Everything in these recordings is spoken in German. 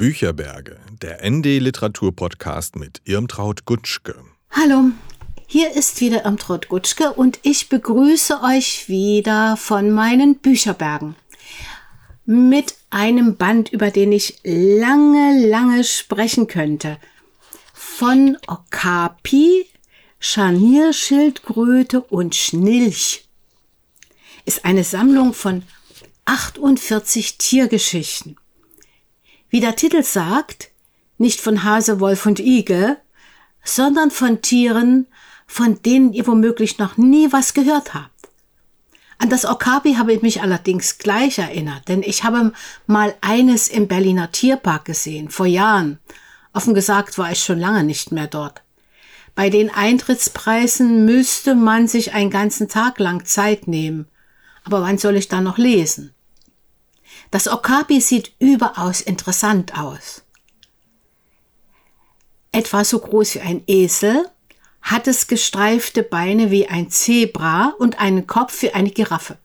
Bücherberge, der ND Literatur-Podcast mit Irmtraut Gutschke. Hallo, hier ist wieder Irmtraut Gutschke und ich begrüße euch wieder von meinen Bücherbergen mit einem Band, über den ich lange sprechen könnte. Von Okapi, Scharnierschildkröte und Schnilch. Ist eine Sammlung von 48 Tiergeschichten. Wie der Titel sagt, nicht von Hase, Wolf und Igel, sondern von Tieren, von denen ihr womöglich noch nie was gehört habt. An das Okapi habe ich mich allerdings gleich erinnert, denn ich habe mal eines im Berliner Tierpark gesehen, vor Jahren. Offen gesagt war ich schon lange nicht mehr dort. Bei den Eintrittspreisen müsste man sich einen ganzen Tag lang Zeit nehmen. Aber wann soll ich da noch lesen? Das Okapi sieht überaus interessant aus. Etwa so groß wie ein Esel, hat es gestreifte Beine wie ein Zebra und einen Kopf wie eine Giraffe.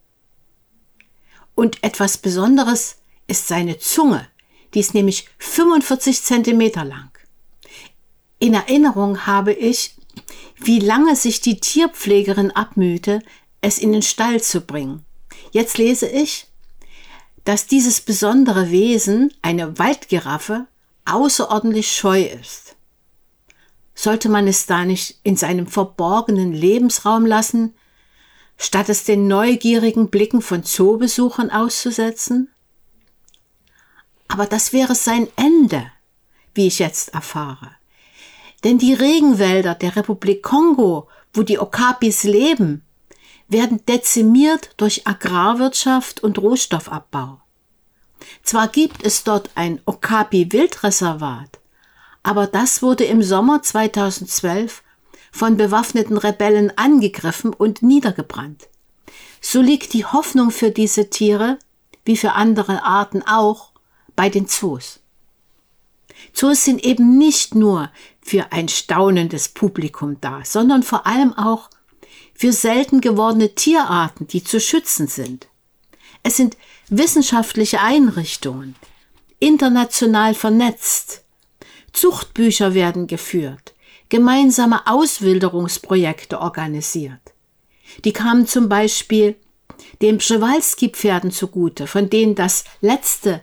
Und etwas Besonderes ist seine Zunge, die ist nämlich 45 Zentimeter lang. In Erinnerung habe ich, wie lange sich die Tierpflegerin abmühte, es in den Stall zu bringen. Jetzt lese ich, dass dieses besondere Wesen, eine Waldgiraffe, außerordentlich scheu ist. Sollte man es da nicht in seinem verborgenen Lebensraum lassen, statt es den neugierigen Blicken von Zoobesuchern auszusetzen? Aber das wäre sein Ende, wie ich jetzt erfahre. Denn die Regenwälder der Republik Kongo, wo die Okapis leben, werden dezimiert durch Agrarwirtschaft und Rohstoffabbau. Zwar gibt es dort ein Okapi-Wildreservat, aber das wurde im Sommer 2012 von bewaffneten Rebellen angegriffen und niedergebrannt. So liegt die Hoffnung für diese Tiere, wie für andere Arten auch, bei den Zoos. Zoos sind eben nicht nur für ein staunendes Publikum da, sondern vor allem auch für selten gewordene Tierarten, die zu schützen sind. Es sind wissenschaftliche Einrichtungen, international vernetzt. Zuchtbücher werden geführt, gemeinsame Auswilderungsprojekte organisiert. Die kamen zum Beispiel den Przewalski-Pferden zugute, von denen das letzte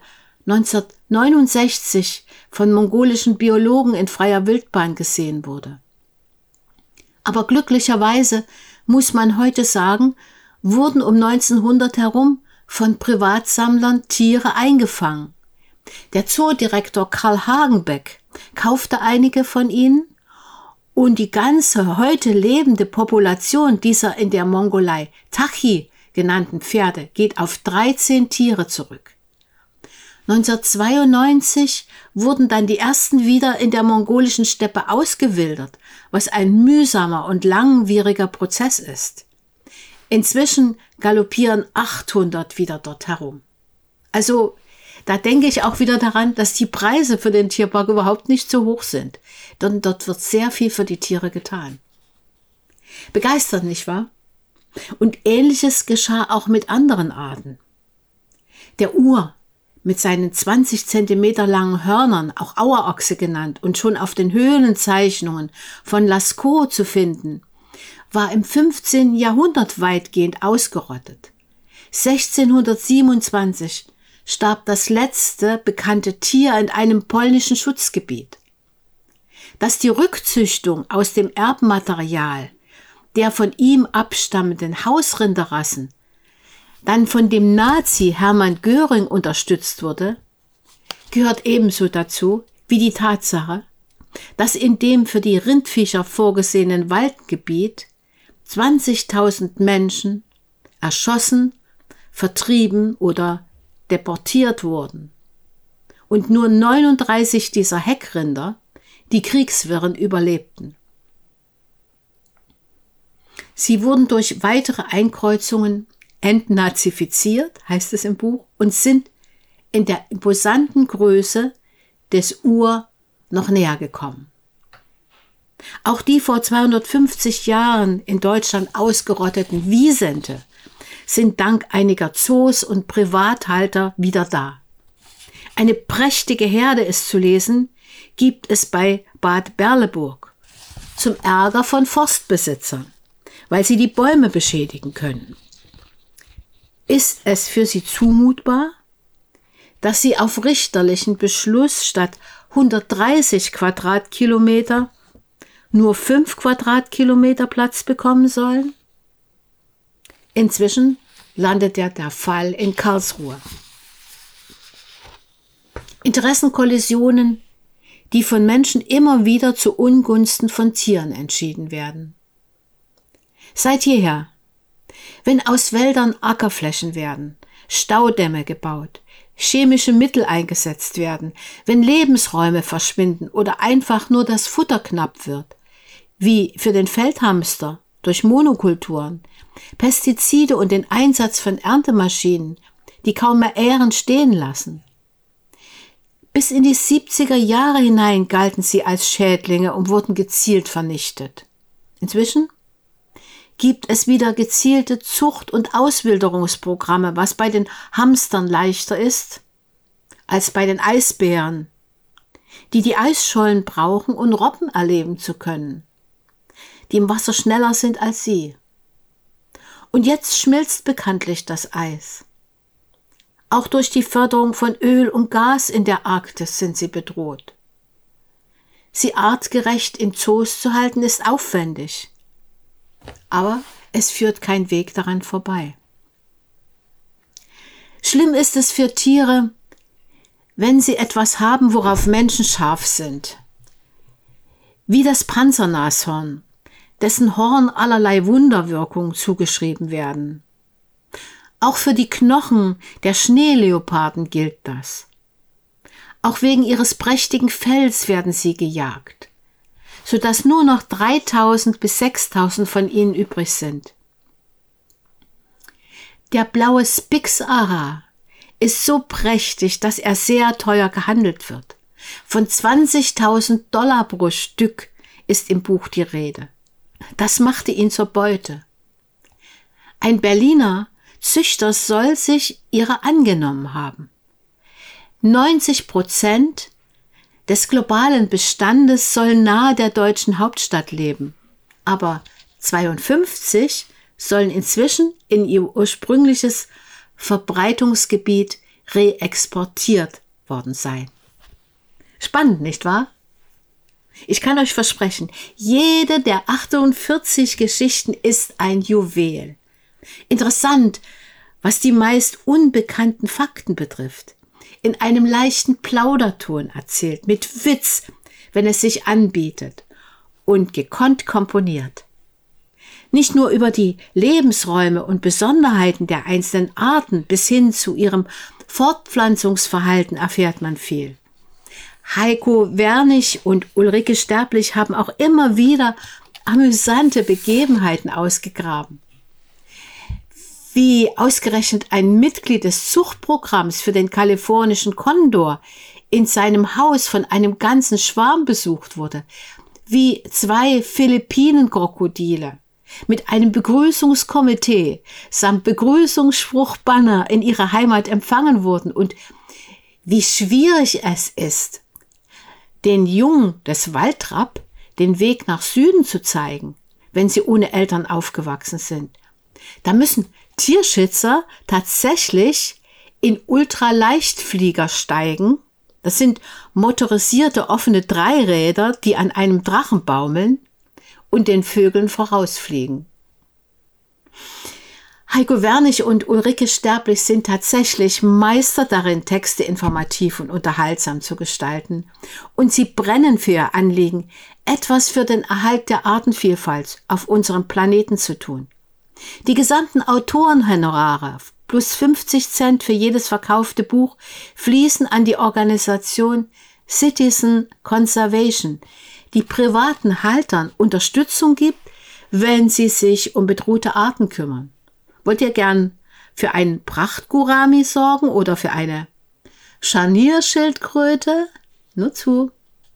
1969 von mongolischen Biologen in freier Wildbahn gesehen wurde. Aber glücklicherweise muss man heute sagen, wurden um 1900 herum von Privatsammlern Tiere eingefangen. Der Zoodirektor Karl Hagenbeck kaufte einige von ihnen und die ganze heute lebende Population dieser in der Mongolei Tachi genannten Pferde geht auf 13 Tiere zurück. 1992 wurden dann die ersten wieder in der mongolischen Steppe ausgewildert, was ein mühsamer und langwieriger Prozess ist. Inzwischen galoppieren 800 wieder dort herum. Also, da denke ich auch wieder daran, dass die Preise für den Tierpark überhaupt nicht so hoch sind, denn dort wird sehr viel für die Tiere getan. Begeistert, nicht wahr? Und Ähnliches geschah auch mit anderen Arten. Der Ur mit seinen 20 Zentimeter langen Hörnern, auch Auerochse genannt und schon auf den Höhlenzeichnungen von Lascaux zu finden, war im 15. Jahrhundert weitgehend ausgerottet. 1627 starb das letzte bekannte Tier in einem polnischen Schutzgebiet. Dass die Rückzüchtung aus dem Erbmaterial der von ihm abstammenden Hausrinderrassen dann von dem Nazi Hermann Göring unterstützt wurde, gehört ebenso dazu wie die Tatsache, dass in dem für die Rindviecher vorgesehenen Waldgebiet 20.000 Menschen erschossen, vertrieben oder deportiert wurden und nur 39 dieser Heckrinder die Kriegswirren überlebten. Sie wurden durch weitere Einkreuzungen entnazifiziert, heißt es im Buch, und sind in der imposanten Größe des Ur noch näher gekommen. Auch die vor 250 Jahren in Deutschland ausgerotteten Wisente sind dank einiger Zoos und Privathalter wieder da. Eine prächtige Herde ist zu lesen, gibt es bei Bad Berleburg, zum Ärger von Forstbesitzern, weil sie die Bäume beschädigen können. Ist es für Sie zumutbar, dass Sie auf richterlichen Beschluss statt 130 Quadratkilometer nur 5 Quadratkilometer Platz bekommen sollen? Inzwischen landet der Fall in Karlsruhe. Interessenkollisionen, die von Menschen immer wieder zu Ungunsten von Tieren entschieden werden. Seit jeher, wenn aus Wäldern Ackerflächen werden, Staudämme gebaut, chemische Mittel eingesetzt werden, wenn Lebensräume verschwinden oder einfach nur das Futter knapp wird, wie für den Feldhamster durch Monokulturen, Pestizide und den Einsatz von Erntemaschinen, die kaum mehr Ähren stehen lassen. Bis in die 70er Jahre hinein galten sie als Schädlinge und wurden gezielt vernichtet. Inzwischen gibt es wieder gezielte Zucht- und Auswilderungsprogramme, was bei den Hamstern leichter ist als bei den Eisbären, die Eisschollen brauchen, um Robben erleben zu können, die im Wasser schneller sind als sie. Und jetzt schmilzt bekanntlich das Eis. Auch durch die Förderung von Öl und Gas in der Arktis sind sie bedroht. Sie artgerecht in Zoos zu halten, ist aufwendig. Aber es führt kein Weg daran vorbei. Schlimm ist es für Tiere, wenn sie etwas haben, worauf Menschen scharf sind. Wie das Panzernashorn, dessen Horn allerlei Wunderwirkung zugeschrieben werden. Auch für die Knochen der Schneeleoparden gilt das. Auch wegen ihres prächtigen Fells werden sie gejagt, sodass nur noch 3.000 bis 6.000 von ihnen übrig sind. Der blaue Spix ara ist so prächtig, dass er sehr teuer gehandelt wird. Von $20.000 pro Stück ist im Buch die Rede. Das machte ihn zur Beute. Ein Berliner Züchter soll sich ihrer angenommen haben. 90% des globalen Bestandes sollen nahe der deutschen Hauptstadt leben, aber 52 sollen inzwischen in ihr ursprüngliches Verbreitungsgebiet reexportiert worden sein. Spannend, nicht wahr? Ich kann euch versprechen, jede der 48 Geschichten ist ein Juwel. Interessant, was die meist unbekannten Fakten betrifft. In einem leichten Plauderton erzählt, mit Witz, wenn es sich anbietet, und gekonnt komponiert. Nicht nur über die Lebensräume und Besonderheiten der einzelnen Arten bis hin zu ihrem Fortpflanzungsverhalten erfährt man viel. Heiko Wernig und Ulrike Sterblich haben auch immer wieder amüsante Begebenheiten ausgegraben. Wie ausgerechnet ein Mitglied des Zuchtprogramms für den kalifornischen Kondor in seinem Haus von einem ganzen Schwarm besucht wurde, wie 2 Philippinen-Krokodile mit einem Begrüßungskomitee samt Begrüßungsspruchbanner in ihrer Heimat empfangen wurden und wie schwierig es ist, den Jungen des Waldrapp den Weg nach Süden zu zeigen, wenn sie ohne Eltern aufgewachsen sind. Da müssen Tierschützer tatsächlich in Ultraleichtflieger steigen. Das sind motorisierte offene Dreiräder, die an einem Drachen baumeln und den Vögeln vorausfliegen. Heiko Wernig und Ulrike Sterblich sind tatsächlich Meister darin, Texte informativ und unterhaltsam zu gestalten. Und sie brennen für ihr Anliegen, etwas für den Erhalt der Artenvielfalt auf unserem Planeten zu tun. Die gesamten Autorenhonorare plus 50 Cent für jedes verkaufte Buch fließen an die Organisation Citizen Conservation, die privaten Haltern Unterstützung gibt, wenn sie sich um bedrohte Arten kümmern. Wollt ihr gern für einen Prachtgurami sorgen oder für eine Scharnierschildkröte? Nur zu.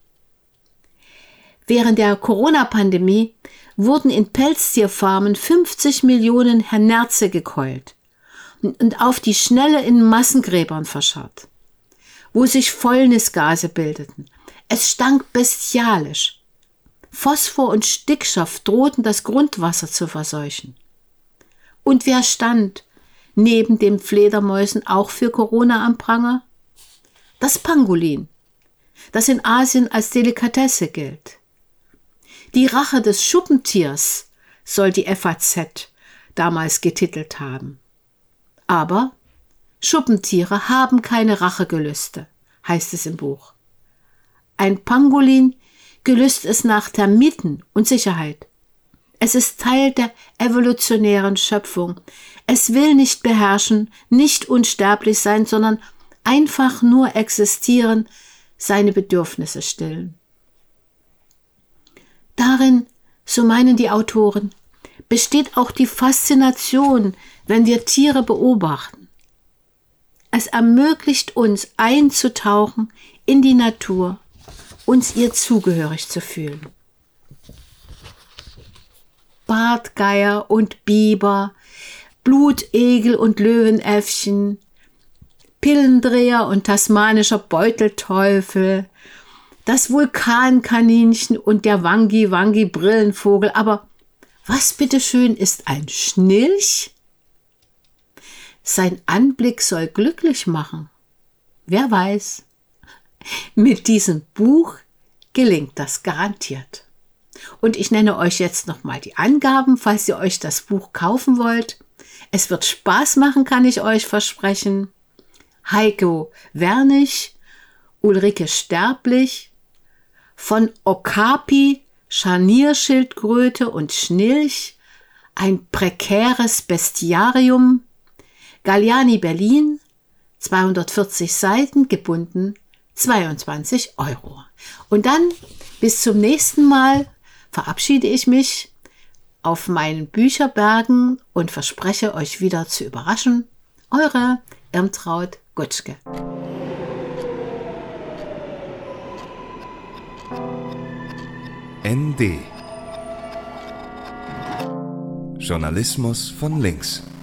Während der Corona-Pandemie wurden in Pelztierfarmen 50 Millionen Nerze gekeult und auf die Schnelle in Massengräbern verscharrt. wo sich Fäulnisgase bildeten. Es stank bestialisch. Phosphor und Stickstoff drohten das Grundwasser zu verseuchen. Und wer stand neben den Fledermäusen auch für Corona am Pranger? Das Pangolin, das in Asien als Delikatesse gilt. Die Rache des Schuppentiers soll die FAZ damals getitelt haben. Aber Schuppentiere haben keine Rachegelüste, heißt es im Buch. Ein Pangolin gelüst es nach Termiten und Sicherheit. Es ist Teil der evolutionären Schöpfung. Es will nicht beherrschen, nicht unsterblich sein, sondern einfach nur existieren, seine Bedürfnisse stillen. Darin, so meinen die Autoren, besteht auch die Faszination, wenn wir Tiere beobachten. Es ermöglicht uns einzutauchen in die Natur, uns ihr zugehörig zu fühlen. Bartgeier und Biber, Blutegel und Löwenäffchen, Pillendreher und tasmanischer Beutelteufel, das Vulkankaninchen und der Wangi-Wangi-Brillenvogel. Aber was bitteschön ist ein Schnilch? Sein Anblick soll glücklich machen. Wer weiß. Mit diesem Buch gelingt das garantiert. Und ich nenne euch jetzt nochmal die Angaben, falls ihr euch das Buch kaufen wollt. Es wird Spaß machen, kann ich euch versprechen. Heiko Wernich, Ulrike Sterblich, von Okapi, Scharnierschildkröte und Schnilch, ein prekäres Bestiarium, Galliani Berlin, 240 Seiten, gebunden 22 €. Und dann bis zum nächsten Mal verabschiede ich mich auf meinen Bücherbergen und verspreche euch wieder zu überraschen. Eure Irmtraut Gutschke. ND. Journalismus von links.